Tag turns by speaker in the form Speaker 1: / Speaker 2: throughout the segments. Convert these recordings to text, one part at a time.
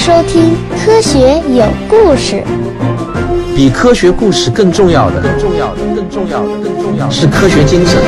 Speaker 1: 收听《科学有故事》。
Speaker 2: 比科学故事更重要的是科学精神。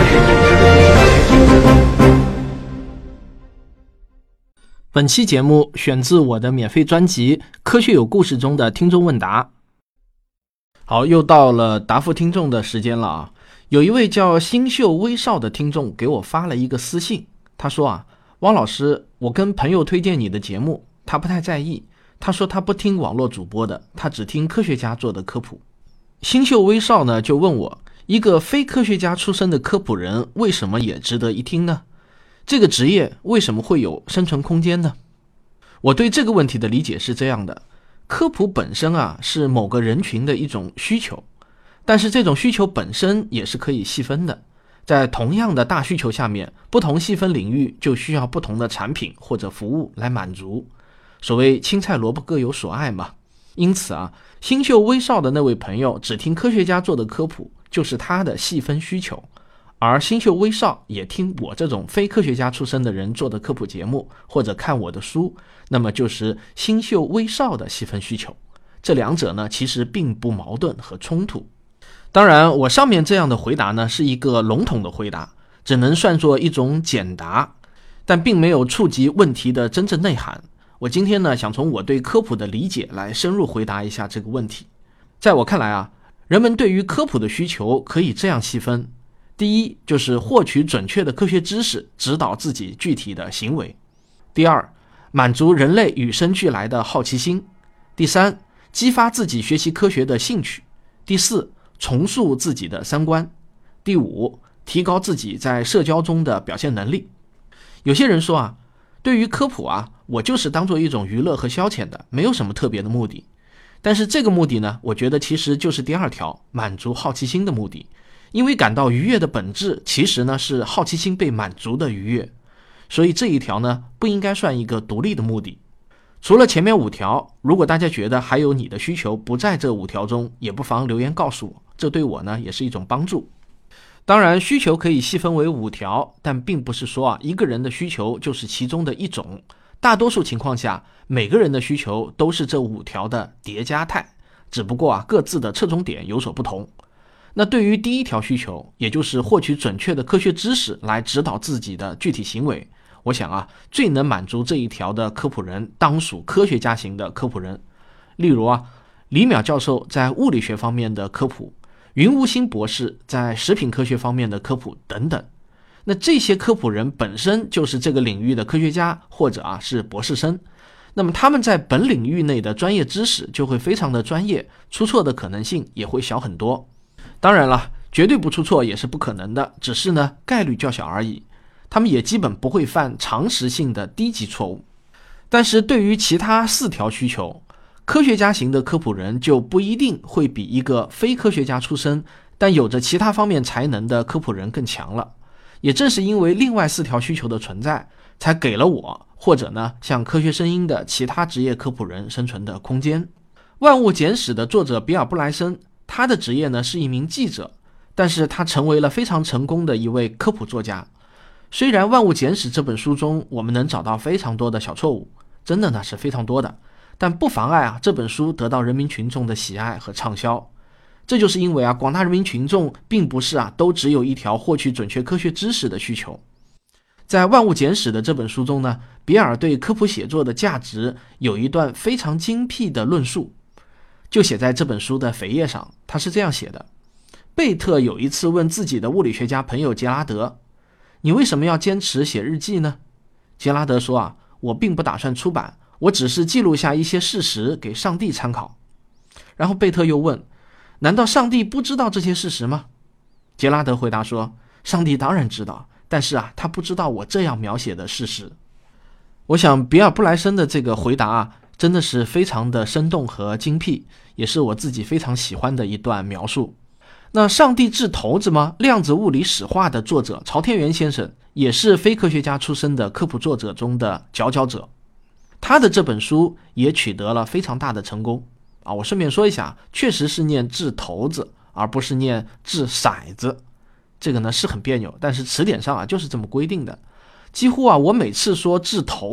Speaker 3: 本期节目选自我的免费专辑《科学有故事》中的听众问答。好，又到了答复听众的时间了啊！有一位叫星宿微少的听众给我发了一个私信，他说汪老师，我跟朋友推荐你的节目，他不太在意，他说他不听网络主播的，他只听科学家做的科普。星宿微少呢就问我，一个非科学家出身的科普人为什么也值得一听呢？这个职业为什么会有生存空间呢？我对这个问题的理解是这样的，科普本身是某个人群的一种需求，但是这种需求本身也是可以细分的，在同样的大需求下面，不同细分领域就需要不同的产品或者服务来满足，所谓青菜萝卜各有所爱嘛。因此星宿微少的那位朋友只听科学家做的科普，就是他的细分需求，而星宿微少也听我这种非科学家出身的人做的科普节目，或者看我的书，那么就是星宿微少的细分需求。这两者呢，其实并不矛盾和冲突。当然，我上面这样的回答呢，是一个笼统的回答，只能算作一种简答，但并没有触及问题的真正内涵。我今天呢，想从我对科普的理解来深入回答一下这个问题。在我看来人们对于科普的需求可以这样细分：第一，就是获取准确的科学知识，指导自己具体的行为；第二，满足人类与生俱来的好奇心；第三，激发自己学习科学的兴趣；第四，重塑自己的三观；第五，提高自己在社交中的表现能力。有些人说对于科普我就是当做一种娱乐和消遣的，没有什么特别的目的。但是这个目的呢，我觉得其实就是第二条，满足好奇心的目的。因为感到愉悦的本质其实呢是好奇心被满足的愉悦，所以这一条呢不应该算一个独立的目的。除了前面5条，如果大家觉得还有你的需求不在这5条中，也不妨留言告诉我，这对我呢也是一种帮助。当然需求可以细分为5条，但并不是说一个人的需求就是其中的一种，大多数情况下每个人的需求都是这5条的叠加态，只不过各自的侧重点有所不同。那对于第一条需求，也就是获取准确的科学知识来指导自己的具体行为，我想最能满足这一条的科普人当属科学家型的科普人。例如李淼教授在物理学方面的科普，云无心博士在食品科学方面的科普等等。那这些科普人本身就是这个领域的科学家，或者是博士生，那么他们在本领域内的专业知识就会非常的专业，出错的可能性也会小很多。当然了，绝对不出错也是不可能的，只是呢概率较小而已。他们也基本不会犯常识性的低级错误。但是对于其他4条需求，科学家型的科普人就不一定会比一个非科学家出身但有着其他方面才能的科普人更强了。也正是因为另外4条需求的存在，才给了我或者呢像科学声音的其他职业科普人生存的空间。万物简史的作者比尔布莱森，他的职业呢是一名记者，但是他成为了非常成功的一位科普作家。虽然《万物简史》这本书中我们能找到非常多的小错误，真的呢是非常多的，但不妨碍这本书得到人民群众的喜爱和畅销。这就是因为广大人民群众并不是都只有一条获取准确科学知识的需求。在《万物简史》的这本书中呢，比尔对科普写作的价值有一段非常精辟的论述，就写在这本书的扉页上。他是这样写的：贝特有一次问自己的物理学家朋友杰拉德，你为什么要坚持写日记呢？杰拉德说我并不打算出版，我只是记录下一些事实给上帝参考。然后贝特又问，难道上帝不知道这些事实吗？杰拉德回答说，上帝当然知道，但是他不知道我这样描写的事实。我想比尔布莱森的这个回答真的是非常的生动和精辟，也是我自己非常喜欢的一段描述。那上帝掷骰子吗？量子物理史话的作者曹天元先生也是非科学家出身的科普作者中的佼佼者，他的这本书也取得了非常大的成功我顺便说一下，确实是念掷骰子而不是念掷骰子，这个呢是很别扭，但是词典上就是这么规定的。几乎我每次说掷骰子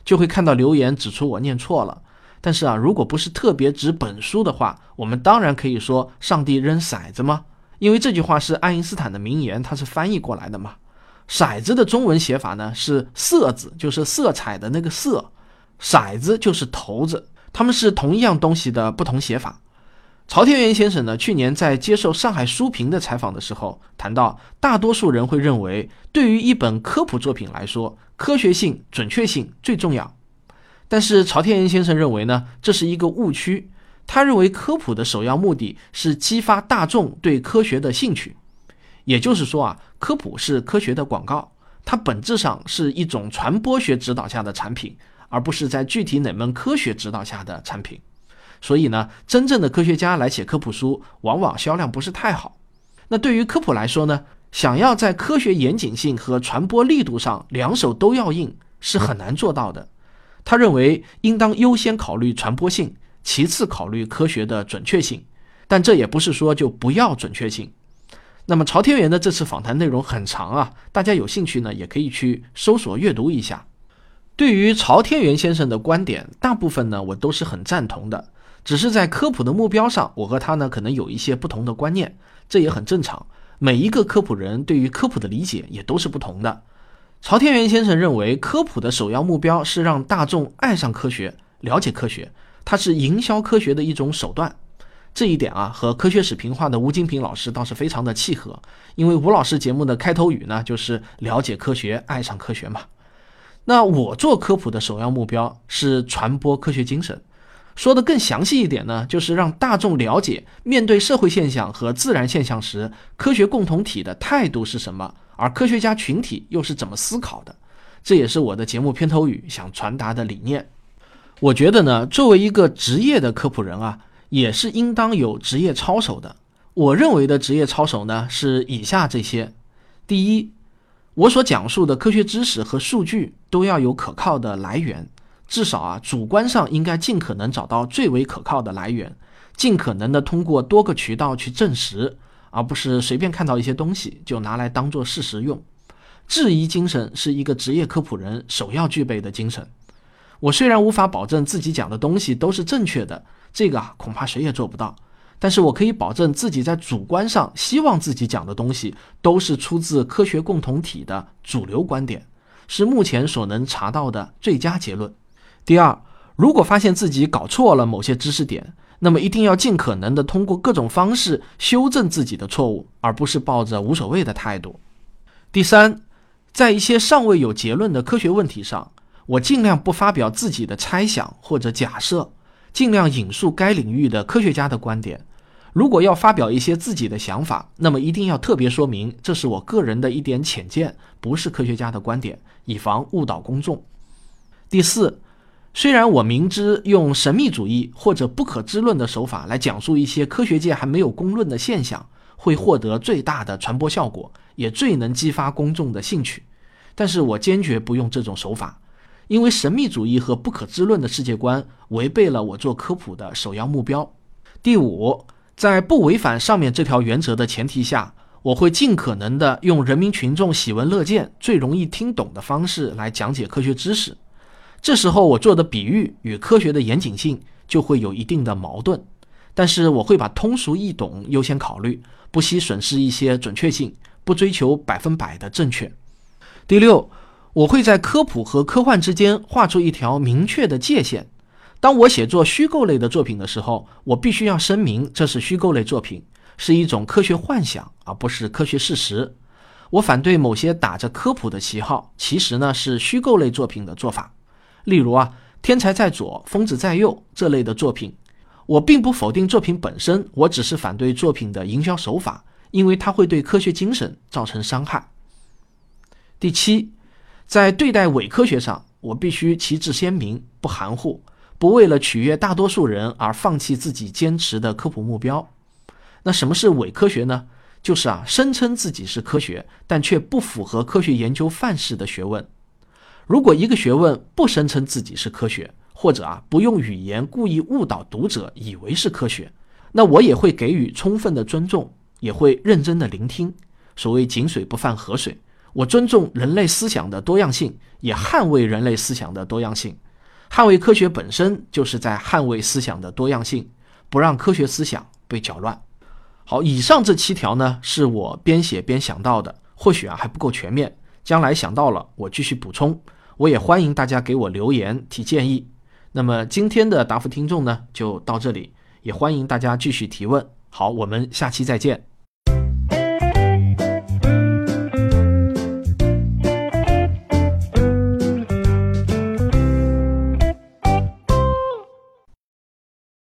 Speaker 3: 就会看到留言指出我念错了。但是如果不是特别指本书的话，我们当然可以说上帝扔骰子吗？因为这句话是爱因斯坦的名言，它是翻译过来的嘛。骰子的中文写法呢是色字，就是色彩的那个色，骰子就是骰子，它们是同一样东西的不同写法。曹天元先生呢，去年在接受上海书评的采访的时候谈到，大多数人会认为，对于一本科普作品来说，科学性、准确性最重要。但是曹天元先生认为呢，这是一个误区。他认为科普的首要目的是激发大众对科学的兴趣。也就是说科普是科学的广告，它本质上是一种传播学指导下的产品，而不是在具体哪门科学指导下的产品。所以呢，真正的科学家来写科普书，往往销量不是太好。那对于科普来说呢，想要在科学严谨性和传播力度上两手都要硬，是很难做到的。他认为应当优先考虑传播性，其次考虑科学的准确性，但这也不是说就不要准确性。那么曹天元的这次访谈内容很长大家有兴趣呢也可以去搜索阅读一下。对于曹天元先生的观点，大部分呢我都是很赞同的，只是在科普的目标上，我和他呢可能有一些不同的观念，这也很正常。每一个科普人对于科普的理解也都是不同的。曹天元先生认为，科普的首要目标是让大众爱上科学，了解科学，它是营销科学的一种手段。这一点和科学史评话的吴金平老师倒是非常的契合，因为吴老师节目的开头语呢就是了解科学，爱上科学嘛。那我做科普的首要目标是传播科学精神，说的更详细一点呢，就是让大众了解面对社会现象和自然现象时，科学共同体的态度是什么，而科学家群体又是怎么思考的。这也是我的节目片头语想传达的理念。我觉得呢，作为一个职业的科普人也是应当有职业操守的。我认为的职业操守呢是以下这些。第一，我所讲述的科学知识和数据都要有可靠的来源，至少主观上应该尽可能找到最为可靠的来源，尽可能的通过多个渠道去证实，而不是随便看到一些东西就拿来当作事实用。质疑精神是一个职业科普人首要具备的精神。我虽然无法保证自己讲的东西都是正确的，这个恐怕谁也做不到，但是我可以保证自己在主观上希望自己讲的东西都是出自科学共同体的主流观点，是目前所能查到的最佳结论。第二，如果发现自己搞错了某些知识点，那么一定要尽可能的通过各种方式修正自己的错误，而不是抱着无所谓的态度。第三，在一些尚未有结论的科学问题上，我尽量不发表自己的猜想或者假设，尽量引述该领域的科学家的观点。如果要发表一些自己的想法，那么一定要特别说明这是我个人的一点浅见，不是科学家的观点，以防误导公众。第四，虽然我明知用神秘主义或者不可知论的手法来讲述一些科学界还没有公论的现象，会获得最大的传播效果，也最能激发公众的兴趣，但是我坚决不用这种手法，因为神秘主义和不可知论的世界观违背了我做科普的首要目标。第五，在不违反上面这条原则的前提下，我会尽可能的用人民群众喜闻乐见、最容易听懂的方式来讲解科学知识。这时候我做的比喻与科学的严谨性就会有一定的矛盾，但是我会把通俗易懂优先考虑，不惜损失一些准确性，不追求100%的正确。第六，我会在科普和科幻之间画出一条明确的界限。当我写作虚构类的作品的时候，我必须要声明这是虚构类作品，是一种科学幻想，而不是科学事实。我反对某些打着科普的旗号，其实呢是虚构类作品的做法。例如天才在左，疯子在右这类的作品。我并不否定作品本身，我只是反对作品的营销手法，因为它会对科学精神造成伤害。第七，在对待伪科学上，我必须旗帜鲜明，不含糊，不为了取悦大多数人而放弃自己坚持的科普目标。那什么是伪科学呢？就是声称自己是科学，但却不符合科学研究范式的学问。如果一个学问不声称自己是科学，或者不用语言故意误导读者以为是科学，那我也会给予充分的尊重，也会认真的聆听。所谓井水不犯河水， 我尊重人类思想的多样性，也捍卫人类思想的多样性。捍卫科学本身就是在捍卫思想的多样性，不让科学思想被搅乱。好，以上这7条呢，是我边写边想到的，或许还不够全面，将来想到了我继续补充。我也欢迎大家给我留言提建议。那么今天的答复听众呢，就到这里，也欢迎大家继续提问。好，我们下期再见。